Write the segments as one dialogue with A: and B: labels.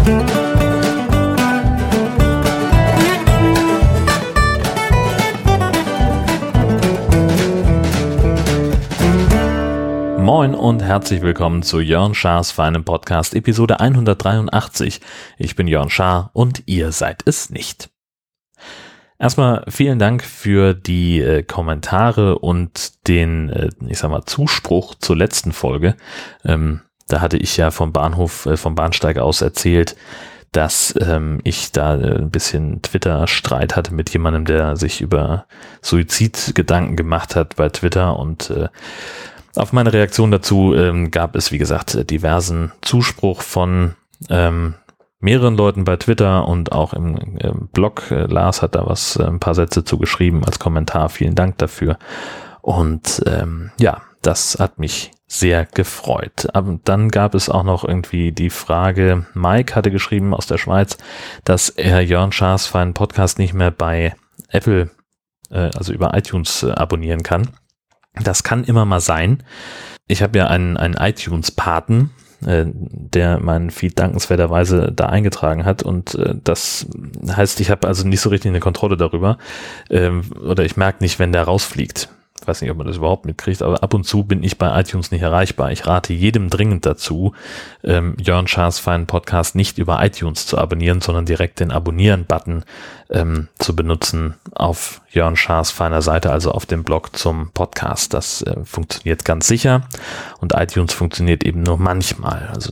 A: Moin und herzlich willkommen zu Jörn Schars feinem Podcast, Episode 183. Ich bin Jörn Schaar und ihr seid es nicht. Erstmal vielen Dank für die Kommentare und den, Zuspruch zur letzten Folge. Da hatte ich ja vom Bahnsteig aus erzählt, dass ich da ein bisschen Twitter-Streit hatte mit jemandem, der sich über Suizidgedanken gemacht hat bei Twitter, und auf meine Reaktion dazu gab es, wie gesagt, diversen Zuspruch von mehreren Leuten bei Twitter und auch im Blog. Lars hat da ein paar Sätze zugeschrieben als Kommentar. Vielen Dank dafür. Und das hat mich sehr gefreut. Aber dann gab es auch noch irgendwie die Frage, Mike hatte geschrieben aus der Schweiz, dass er Jörn Schars feinen Podcast nicht mehr bei Apple, also über iTunes abonnieren kann. Das kann immer mal sein. Ich habe ja einen iTunes-Paten, der meinen Feed dankenswerterweise da eingetragen hat, und das heißt, ich habe also nicht so richtig eine Kontrolle darüber, oder ich merke nicht, wenn der rausfliegt. Ich weiß nicht, ob man das überhaupt mitkriegt, aber ab und zu bin ich bei iTunes nicht erreichbar. Ich rate jedem dringend dazu, Jörn Schars feinen Podcast nicht über iTunes zu abonnieren, sondern direkt den Abonnieren-Button zu benutzen auf Jörn Schars feiner Seite, also auf dem Blog zum Podcast. Das funktioniert ganz sicher, und iTunes funktioniert eben nur manchmal. Also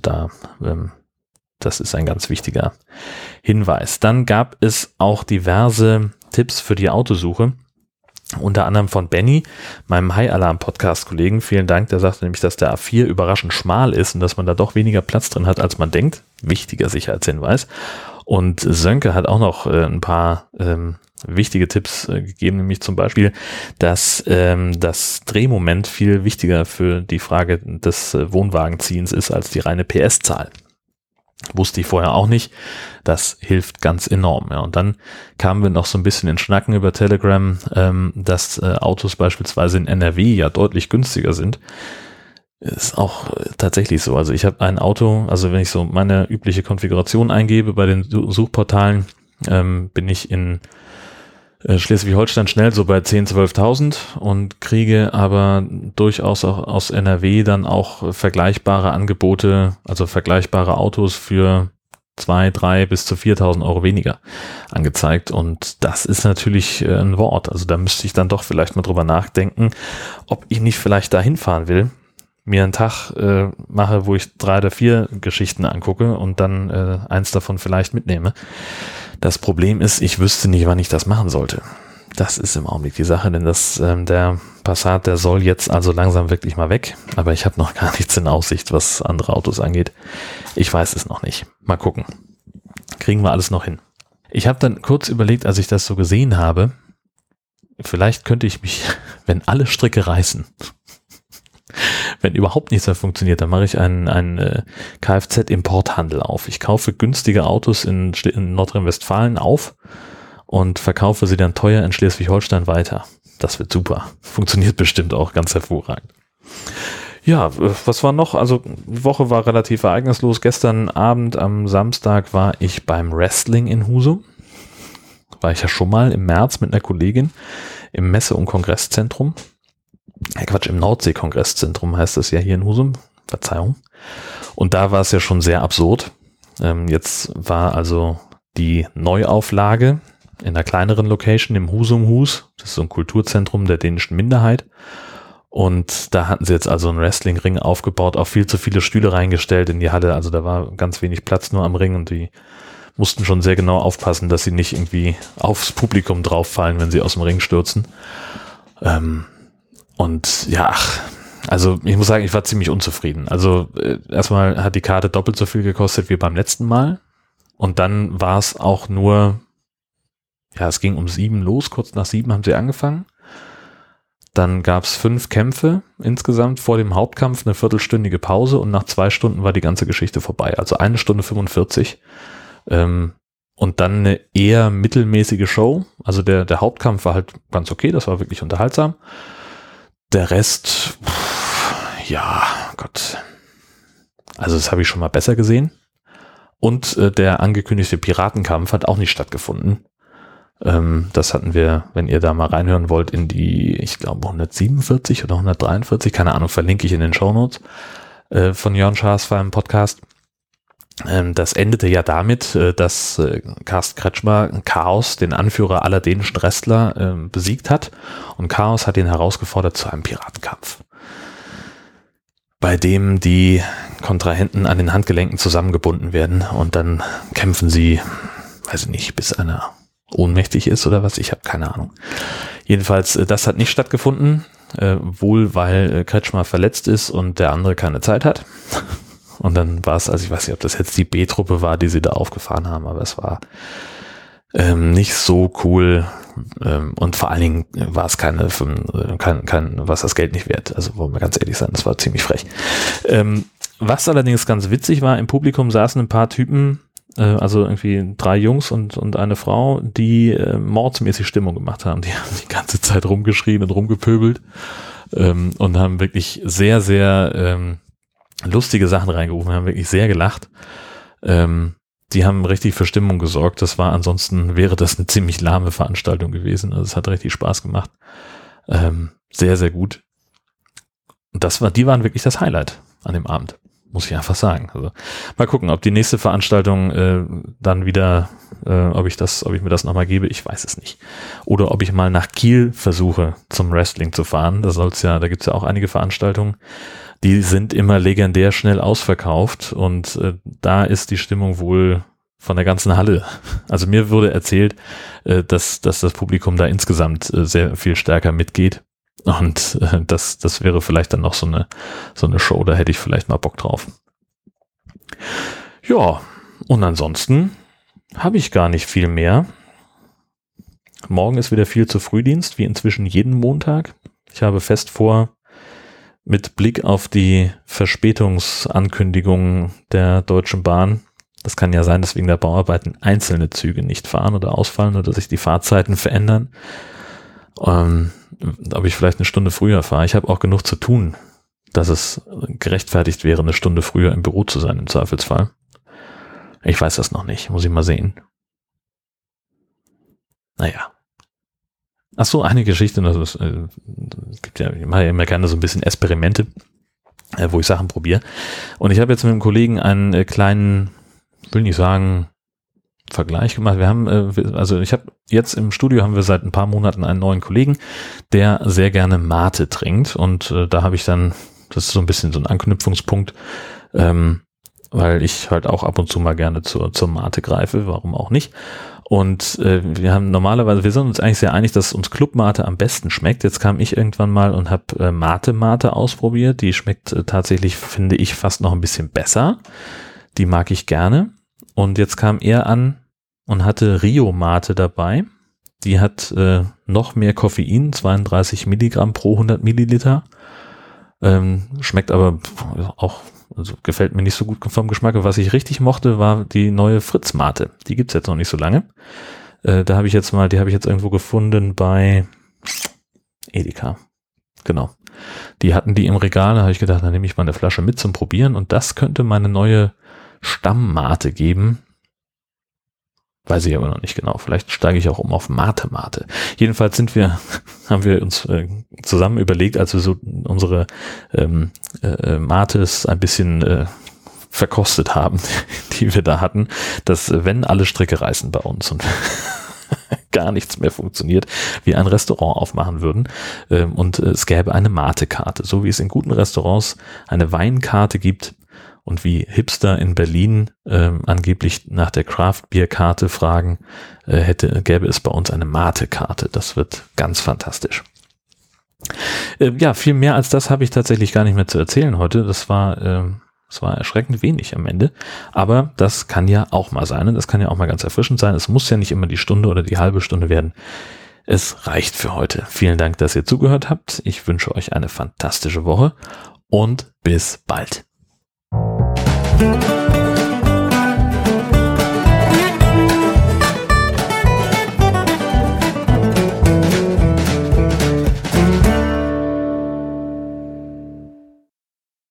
A: das ist ein ganz wichtiger Hinweis. Dann gab es auch diverse Tipps für die Autosuche. Unter anderem von Benny, meinem High-Alarm-Podcast-Kollegen. Vielen Dank, der sagte nämlich, dass der A4 überraschend schmal ist und dass man da doch weniger Platz drin hat, als man denkt. Wichtiger Sicherheitshinweis. Und Sönke hat auch noch ein paar wichtige Tipps gegeben, nämlich zum Beispiel, dass das Drehmoment viel wichtiger für die Frage des Wohnwagenziehens ist als die reine PS-Zahl. Wusste ich vorher auch nicht. Das hilft ganz enorm. Ja. Und dann kamen wir noch so ein bisschen in Schnacken über Telegram, dass Autos beispielsweise in NRW ja deutlich günstiger sind. Ist auch tatsächlich so. Also ich habe ein Auto, also wenn ich so meine übliche Konfiguration eingebe bei den Suchportalen, bin ich in Schleswig-Holstein schnell so bei 10.000, 12.000 und kriege aber durchaus auch aus NRW dann auch vergleichbare Angebote, also vergleichbare Autos für 2.000, 3.000 bis zu 4.000 Euro weniger angezeigt, und das ist natürlich ein Wort. Also da müsste ich dann doch vielleicht mal drüber nachdenken, ob ich nicht vielleicht da hinfahren will, mir einen Tag mache, wo ich 3 oder 4 Geschichten angucke und dann eins davon vielleicht mitnehme. Das Problem ist, ich wüsste nicht, wann ich das machen sollte. Das ist im Augenblick die Sache, denn der Passat, der soll jetzt also langsam wirklich mal weg. Aber ich habe noch gar nichts in Aussicht, was andere Autos angeht. Ich weiß es noch nicht. Mal gucken. Kriegen wir alles noch hin. Ich habe dann kurz überlegt, als ich das so gesehen habe, vielleicht könnte ich mich, wenn alle Stricke reißen, wenn überhaupt nichts mehr funktioniert, dann mache ich einen Kfz-Importhandel auf. Ich kaufe günstige Autos in Nordrhein-Westfalen auf und verkaufe sie dann teuer in Schleswig-Holstein weiter. Das wird super. Funktioniert bestimmt auch ganz hervorragend. Ja, was war noch? Also die Woche war relativ ereignislos. Gestern Abend am Samstag war ich beim Wrestling in Husum. War ich ja schon mal im März mit einer Kollegin im Messe- und Kongresszentrum. Im Nordsee-Kongresszentrum heißt das ja hier in Husum. Verzeihung. Und da war es ja schon sehr absurd. Jetzt war also die Neuauflage in einer kleineren Location im Husumhus. Das ist so ein Kulturzentrum der dänischen Minderheit. Und da hatten sie jetzt also einen Wrestling-Ring aufgebaut, auch viel zu viele Stühle reingestellt in die Halle. Also da war ganz wenig Platz nur am Ring, und die mussten schon sehr genau aufpassen, dass sie nicht irgendwie aufs Publikum drauffallen, wenn sie aus dem Ring stürzen. Und ja, also ich muss sagen, ich war ziemlich unzufrieden. Also erstmal hat die Karte doppelt so viel gekostet wie beim letzten Mal. Und dann war es auch nur, es ging um 7 los, kurz nach 7 haben sie angefangen. Dann gab es 5 Kämpfe insgesamt, vor dem Hauptkampf eine viertelstündige Pause, und nach 2 Stunden war die ganze Geschichte vorbei. Also 1 Stunde 45. Und dann eine eher mittelmäßige Show. Also der Hauptkampf war halt ganz okay, das war wirklich unterhaltsam. Der Rest, ja, Gott. Also das habe ich schon mal besser gesehen. Und der angekündigte Piratenkampf hat auch nicht stattgefunden. Das hatten wir, wenn ihr da mal reinhören wollt, in die, ich glaube 147 oder 143, keine Ahnung, verlinke ich in den Shownotes von Jörn Schaas für einen Podcast. Das endete ja damit, dass Carsten Kretschmer Chaos, den Anführer aller dänischen Wrestler, besiegt hat, und Chaos hat ihn herausgefordert zu einem Piratenkampf, bei dem die Kontrahenten an den Handgelenken zusammengebunden werden und dann kämpfen sie, weiß ich nicht, bis einer ohnmächtig ist oder was, ich habe keine Ahnung. Jedenfalls, das hat nicht stattgefunden, wohl weil Kretschmer verletzt ist und der andere keine Zeit hat. Und dann war es, also ich weiß nicht, ob das jetzt die B-Truppe war, die sie da aufgefahren haben, aber es war nicht so cool, und vor allen Dingen war es kein, was das Geld nicht wert. Also wollen wir ganz ehrlich sein, das war ziemlich frech. Was allerdings ganz witzig war, im Publikum saßen ein paar Typen, also irgendwie 3 Jungs und eine Frau, die mordsmäßig Stimmung gemacht haben. Die haben die ganze Zeit rumgeschrien und rumgepöbelt und haben wirklich sehr, sehr lustige Sachen reingerufen, haben wirklich sehr gelacht. Die haben richtig für Stimmung gesorgt. Das war, ansonsten wäre das eine ziemlich lahme Veranstaltung gewesen. Also es hat richtig Spaß gemacht. Sehr, sehr gut. Und die waren wirklich das Highlight an dem Abend, muss ich einfach sagen. Also mal gucken, ob die nächste Veranstaltung dann wieder, ob ich mir das nochmal gebe, ich weiß es nicht. Oder ob ich mal nach Kiel versuche, zum Wrestling zu fahren. Da gibt's ja auch einige Veranstaltungen. Die sind immer legendär schnell ausverkauft, und da ist die Stimmung wohl von der ganzen Halle. Also mir wurde erzählt, dass das Publikum da insgesamt sehr viel stärker mitgeht, und das wäre vielleicht dann noch so eine Show, da hätte ich vielleicht mal Bock drauf. Ja, und ansonsten habe ich gar nicht viel mehr. Morgen ist wieder viel zu Frühdienst, wie inzwischen jeden Montag. Ich habe fest vor, mit Blick auf die Verspätungsankündigungen der Deutschen Bahn, das kann ja sein, dass wegen der Bauarbeiten einzelne Züge nicht fahren oder ausfallen oder sich die Fahrzeiten verändern, ob ich vielleicht eine Stunde früher fahre. Ich habe auch genug zu tun, dass es gerechtfertigt wäre, eine Stunde früher im Büro zu sein, im Zweifelsfall. Ich weiß das noch nicht, muss ich mal sehen. Naja. Ach so, eine Geschichte, es gibt ja immer gerne so ein bisschen Experimente, wo ich Sachen probiere. Und ich habe jetzt mit einem Kollegen einen kleinen, will nicht sagen, Vergleich gemacht. Wir haben, also ich habe jetzt im Studio haben wir seit ein paar Monaten einen neuen Kollegen, der sehr gerne Mate trinkt, und da habe ich dann, das ist so ein bisschen so ein Anknüpfungspunkt, weil ich halt auch ab und zu mal gerne zur Mate greife, warum auch nicht. Und wir sind uns eigentlich sehr einig, dass uns Club Mate am besten schmeckt. Jetzt kam ich irgendwann mal und habe Mate ausprobiert. Die schmeckt tatsächlich, finde ich, fast noch ein bisschen besser. Die mag ich gerne. Und jetzt kam er an und hatte Rio Mate dabei. Die hat noch mehr Koffein, 32 Milligramm pro 100 Milliliter. Schmeckt aber auch, also gefällt mir nicht so gut vom Geschmack. Was ich richtig mochte, war die neue Fritz Mate. Die gibt's jetzt noch nicht so lange. Die habe ich jetzt irgendwo gefunden bei Edeka. Genau. Die hatten die im Regal, da habe ich gedacht, dann nehme ich mal eine Flasche mit zum Probieren, und das könnte meine neue Stammmate geben. Weiß ich aber noch nicht genau. Vielleicht steige ich auch um auf Mate. Jedenfalls haben wir uns zusammen überlegt, als wir so unsere Mates ein bisschen verkostet haben, die wir da hatten, dass wenn alle Stricke reißen bei uns und gar nichts mehr funktioniert, wir ein Restaurant aufmachen würden, und es gäbe eine Mate-Karte, so wie es in guten Restaurants eine Weinkarte gibt. Und wie Hipster in Berlin angeblich nach der Craft-Bier-Karte fragen, gäbe es bei uns eine Mate-Karte. Das wird ganz fantastisch. Ja, viel mehr als das habe ich tatsächlich gar nicht mehr zu erzählen heute. Das war erschreckend wenig am Ende. Aber das kann ja auch mal sein. Und das kann ja auch mal ganz erfrischend sein. Es muss ja nicht immer die Stunde oder die halbe Stunde werden. Es reicht für heute. Vielen Dank, dass ihr zugehört habt. Ich wünsche euch eine fantastische Woche und bis bald.